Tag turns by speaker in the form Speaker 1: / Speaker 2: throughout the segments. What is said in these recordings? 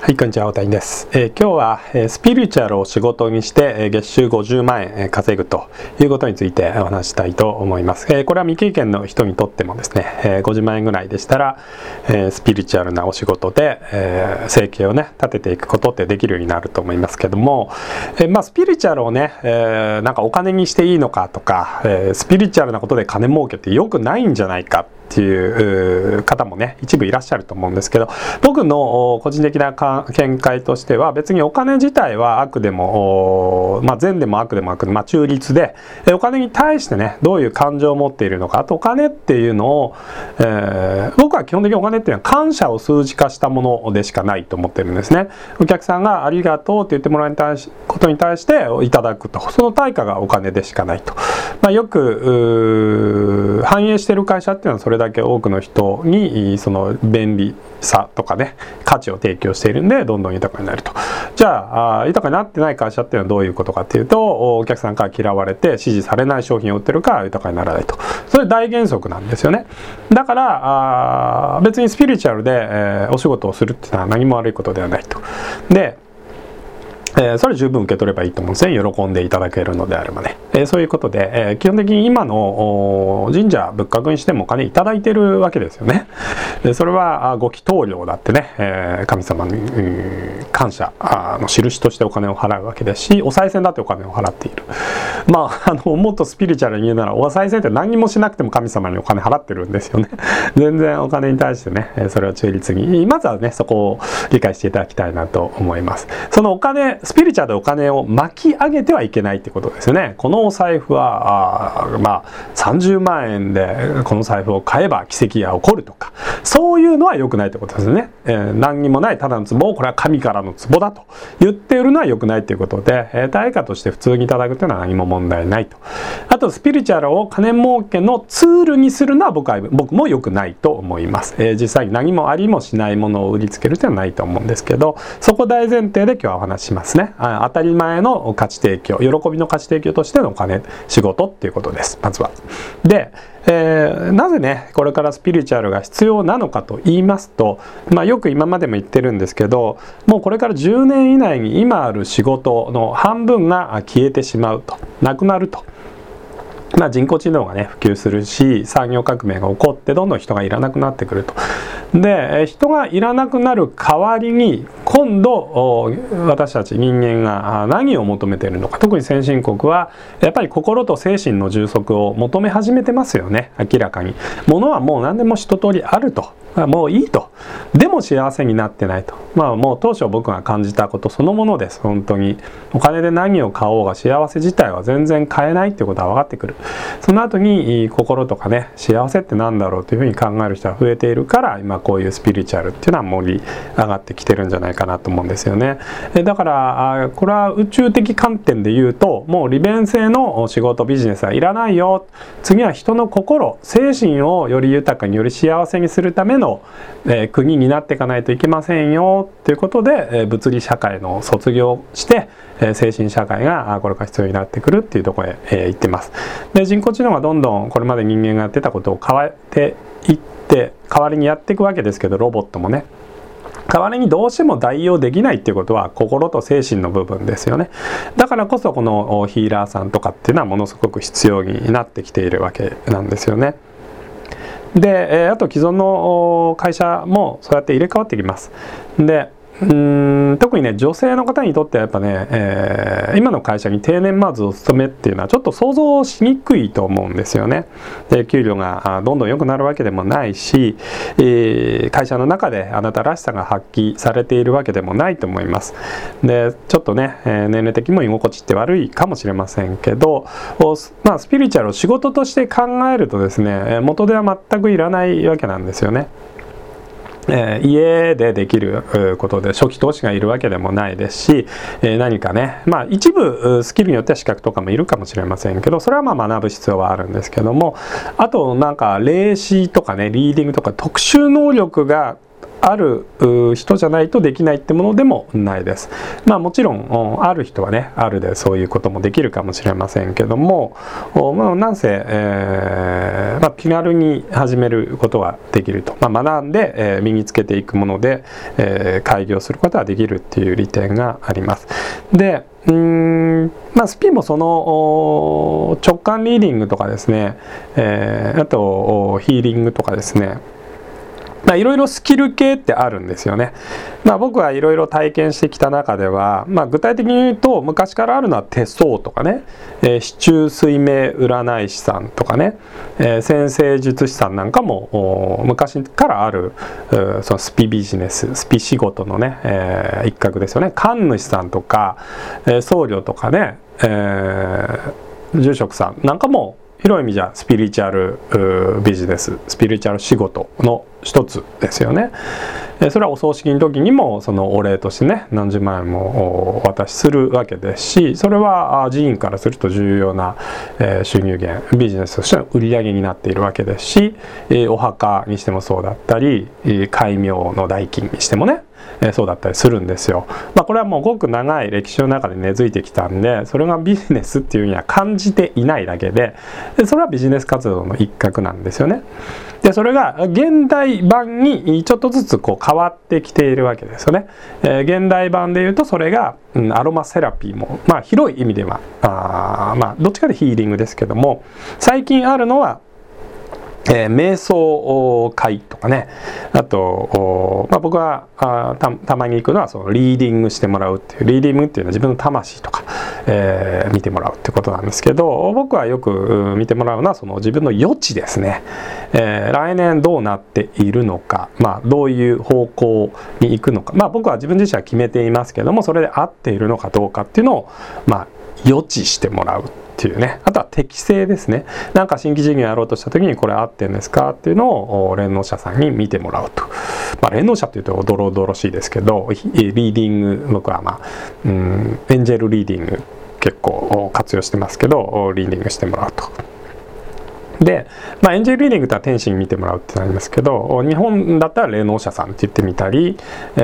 Speaker 1: はい、こんにちは、大谷です。今日は、スピリチュアルを仕事にして、月収50万円、稼ぐということについてお話したいと思います。これは未経験の人にとってもですね、50万円ぐらいでしたら、スピリチュアルなお仕事で、生計をね、立てていくことってできるようになると思いますけども、スピリチュアルをね、なんかお金にしていいのかとか、スピリチュアルなことで金儲けって良くないんじゃないかっていう方もね一部いらっしゃると思うんですけど、僕の個人的な見解としては、別にお金自体は悪でも、善でも悪でもなく、中立で、お金に対してねどういう感情を持っているのか、あとお金っていうのを、僕は基本的にお金っていうのは感謝を数字化したものでしかないと思ってるんですね。お客さんがありがとうって言ってもらうことに対していただくと、その対価がお金でしかないと。よく反映している会社っていうのはそれだけ多くの人にその便利さとかね価値を提供しているんでどんどん豊かになると。じゃあ豊かになってない会社っていうのはどういうことかっていうと、お客さんから嫌われて支持されない商品を売ってるから豊かにならないと。それ大原則なんですよね。だから別にスピリチュアルで、お仕事をするっていうのは何も悪いことではないと。でそれ十分受け取ればいいと思うんですね。喜んでいただけるのであればね。そういうことで、基本的に今の神社仏閣にしてもお金いただいてるわけですよね。それはご祈祷料だってね、神様に感謝の印としてお金を払うわけですし、お賽銭だってお金を払っている。もっとスピリチュアルに言うなら、お賽銭って何もしなくても神様にお金払ってるんですよね。全然お金に対してね、それは中立に、まずはねそこを理解していただきたいなと思います。そのお金、スピリチュアルでお金を巻き上げてはいけないってことですよね。このお財布は30万円でこの財布を買えば奇跡が起こるとか、そういうのは良くないってことですね。何にもないただの壺をこれは神からの壺だと言っているのは良くないっていうことで、対価として普通にいただくというのは何も問題ないと。あとスピリチュアルを金儲けのツールにするのは僕も良くないと思います。実際に何もありもしないものを売りつけるというのはないと思うんですけど、そこ大前提で今日はお話ししますね。当たり前の価値提供、喜びの価値提供としてのお金、仕事っていうことです、まずは。で、なぜねこれからスピリチュアルが必要なのかと言いますと、よく今までも言ってるんですけど、もうこれから10年以内に今ある仕事の半分が消えてしまうと、なくなると。人工知能がね普及するし、産業革命が起こってどんどん人がいらなくなってくると。で、人がいらなくなる代わりに今度私たち人間が何を求めているのか、特に先進国はやっぱり心と精神の充足を求め始めてますよね。明らかに物はもう何でも一通りあると、もういいと。でも幸せになってないと。もう当初僕が感じたことそのものです。本当にお金で何を買おうが幸せ自体は全然買えないっていうことは分かってくる。その後に心とかね、幸せってなんだろうというふうに考える人が増えているから、今こういうスピリチュアルっていうのは盛り上がってきてるんじゃないかなと思うんですよね。だからこれは宇宙的観点で言うと、もう利便性の仕事ビジネスはいらないよ。次は人の心、精神をより豊かにより幸せにするための国になっていかないといけませんよということで、物理社会の卒業して精神社会がこれから必要になってくるっていうところへ行ってます。で、人工知能がどんどんこれまで人間がやってたことを変えていって代わりにやっていくわけですけど、ロボットもね代わりにどうしても代用できないっていうことは心と精神の部分ですよね。だからこそこのヒーラーさんとかっていうのはものすごく必要になってきているわけなんですよね。で、あと既存の会社もそうやって入れ替わってきます。で、特にね女性の方にとってはやっぱね、今の会社に定年まずお勤めっていうのはちょっと想像しにくいと思うんですよね。で、給料がどんどん良くなるわけでもないし、会社の中であなたらしさが発揮されているわけでもないと思います。で、ちょっとね、年齢的にも居心地って悪いかもしれませんけど、スピリチュアルを仕事として考えるとですね、元では全くいらないわけなんですよね。家でできることで初期投資がいるわけでもないですし、何かね、一部スキルによっては資格とかもいるかもしれませんけど、それは学ぶ必要はあるんですけども、あとなんか霊視とかね、リーディングとか特殊能力がある人じゃないとできないってものでもないです。まあもちろんある人はねあるでそういうこともできるかもしれませんけども、なんせ、気軽に始めることができると、学んで、身につけていくもので、開業することができるっていう利点があります。でスピもその直感リーディングとかですね、あとヒーリングとかですね、いろいろスキル系ってあるんですよね。僕はいろいろ体験してきた中では、具体的に言うと昔からあるのは手相とかね、四柱推命占い師さんとかね、占星術師さんなんかも昔からあるそのスピビジネス、スピ仕事のね、一角ですよね。神主さんとか、僧侶とかね、住職さんなんかも広い意味じゃスピリチュアルビジネス、スピリチュアル仕事の一つですよね。それはお葬式の時にもそのお礼としてね何十万円もお渡しするわけですし、それは寺院からすると重要な収入源、ビジネスとしての売り上げになっているわけですし、お墓にしてもそうだったり戒名の代金にしてもねそうだったりするんですよ。これはもうごく長い歴史の中で根付いてきたんで、それがビジネスっていうには感じていないだけで、それはビジネス活動の一角なんですよね。でそれが現代版にちょっとずつこう変わってきているわけですよね。現代版でいうとそれが、アロマセラピーも、広い意味ではどっちかでヒーリングですけども、最近あるのは瞑想会とかね、あと、僕はたまに行くのはそのリーディングしてもらうっていう、リーディングっていうのは自分の魂とか、見てもらうってことなんですけど、僕はよく見てもらうのはその自分の予知ですね。来年どうなっているのか、どういう方向に行くのか、僕は自分自身は決めていますけども、それで合っているのかどうかっていうのを予知してもらうっていうね。あとは適正ですね。なんか新規事業やろうとした時にこれ合ってんですかっていうのを霊能者さんに見てもらうと。霊能者っていうとおどろおどろしいですけど、リーディング、僕はエンジェルリーディング結構活用してますけど、リーディングしてもらうと。で、エンジェルリーディングとは天使に見てもらうってなりますけど、日本だったら霊能者さんって言ってみたり、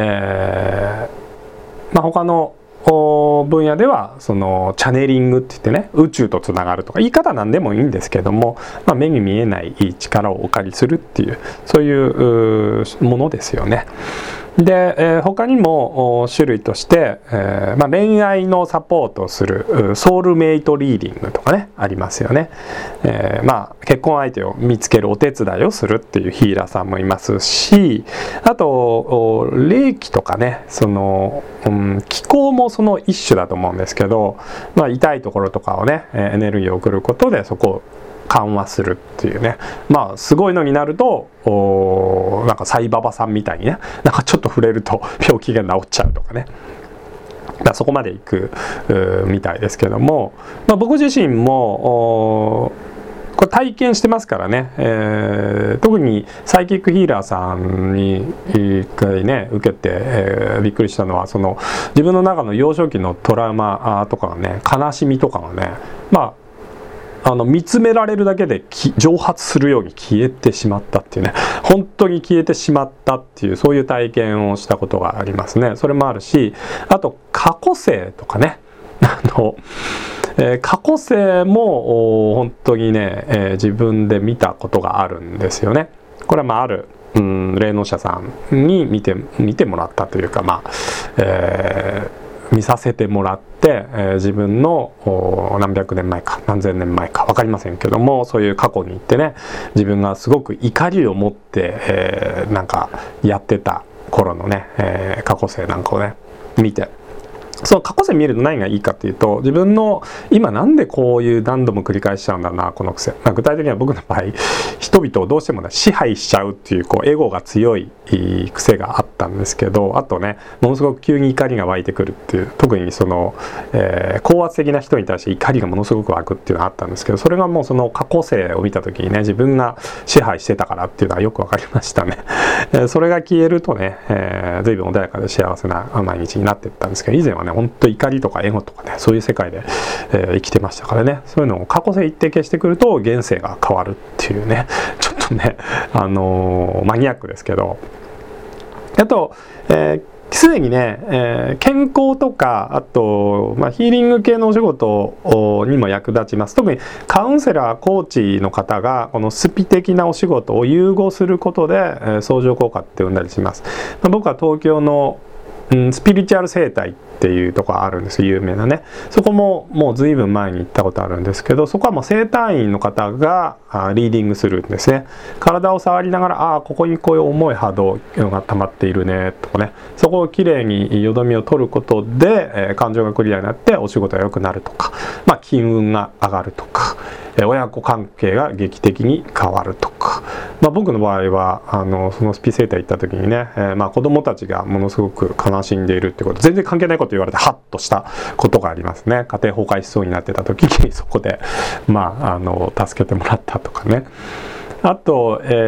Speaker 1: 他の分野ではそのチャネリングって言ってね、宇宙とつながるとか言い方なんでもいいんですけども、目に見えない力をお借りするっていう、そういうものですよね。で、他にも種類として、恋愛のサポートをするソウルメイトリーディングとかねありますよね。結婚相手を見つけるお手伝いをするっていうヒーラーさんもいますし、あと霊気とかね、その、気候もその一種だと思うんですけど、痛いところとかをねエネルギーを送ることでそこを緩和するっていうね、すごいのになるとなんかサイババさんみたいにね、なんかちょっと触れると病気が治っちゃうとかね、そこまでいくみたいですけども、僕自身もこれ体験してますからね、特にサイキックヒーラーさんに一回ね受けて、びっくりしたのはその自分の中の幼少期のトラウマとかがね、悲しみとかがね、見つめられるだけで蒸発するように消えてしまったっていうね、本当に消えてしまったっていう、そういう体験をしたことがありますね。それもあるし、あと過去生とかね、過去生も本当にね、自分で見たことがあるんですよね。これはある霊能者さんに見てもらったというか、見させてもらって、自分の何百年前か何千年前か分かりませんけども、そういう過去に行ってね、自分がすごく怒りを持って、なんかやってた頃のね、過去生なんかをね見て、その過去世見ると何がいいかっていうと、自分の今なんでこういう何度も繰り返しちゃうんだなこの癖、具体的には僕の場合人々をどうしてもね支配しちゃうっていうエゴが強い癖があったんですけど、あとねものすごく急に怒りが湧いてくるっていう、特にその、高圧的な人に対して怒りがものすごく湧くっていうのがあったんですけど、それがもうその過去世を見た時にね、自分が支配してたからっていうのはよく分かりましたね。それが消えるとね、随分穏やかで幸せな毎日になっていったんですけど、以前はね本当怒りとかエゴとかね、そういう世界で、生きてましたからね、そういうのを過去世一定消してくると現世が変わるっていうね、ちょっとねマニアックですけど、 あと、すでにね、健康とか、あと、ヒーリング系のお仕事にも役立ちます。特にカウンセラー、コーチの方が、このスピ的なお仕事を融合することで、相乗効果って呼んだりします。僕は東京のスピリチュアル生態っていうところあるんですよ、有名なね。そこももう随分前に行ったことあるんですけど、そこはもう生体院の方がリーディングするんですね。体を触りながら、ここにこういう重い波動が溜まっているねとかね、そこをきれいによどみを取ることで、感情がクリアになってお仕事が良くなるとか、金運が上がるとか、親子関係が劇的に変わるとか、僕の場合はそのスピセーター行った時にね、子供たちがものすごく悲しんでいるっていうこと、全然関係ないこと言われてハッとしたことがありますね。家庭崩壊しそうになってた時にそこで助けてもらったとかね。あと、守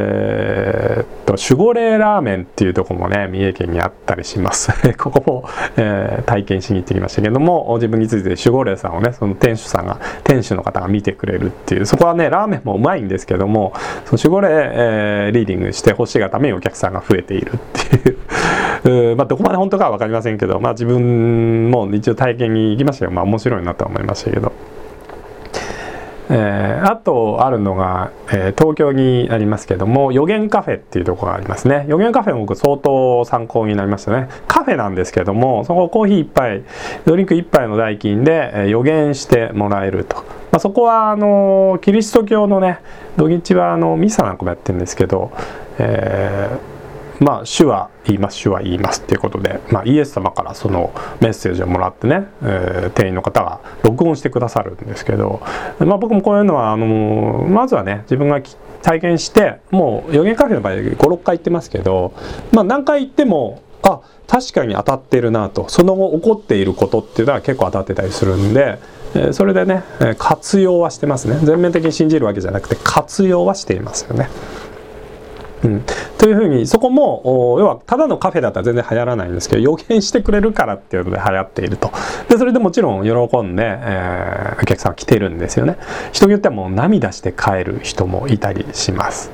Speaker 1: 護霊ラーメンっていうところもね、三重県にあったりします。ここも、体験しに行ってきましたけども、自分について守護霊さんをね、その店主の方が見てくれるっていう、そこはね、ラーメンもうまいんですけども、その守護霊、リーディングしてほしいがためにお客さんが増えているっていう。どこまで本当かは分かりませんけど、自分も一応体験に行きましたよ。面白いなとは思いましたけど。あとあるのが、東京にありますけども、予言カフェっていうところがありますね。予言カフェも僕相当参考になりましたね。カフェなんですけども、そこコーヒー1杯ドリンク1杯の代金で、予言してもらえると。そこはキリスト教のね、土日はミサなんかもやってるんですけど、主は言います、主は言いますっていうことで、イエス様からそのメッセージをもらってね、店員の方が録音してくださるんですけど、僕もこういうのはまずはね、自分が体験して、もう予言カフェの場合5、6回行ってますけど、何回行っても確かに当たってるなと、その後起こっていることっていうのは結構当たってたりするんで、それでね、活用はしてますね。全面的に信じるわけじゃなくて活用はしていますよね。というふうに、そこも要はただのカフェだったら全然流行らないんですけど、予言してくれるからっていうので流行っていると。でそれでもちろん喜んで、お客さんが来てるんですよね。人によってはもう涙して帰る人もいたりします。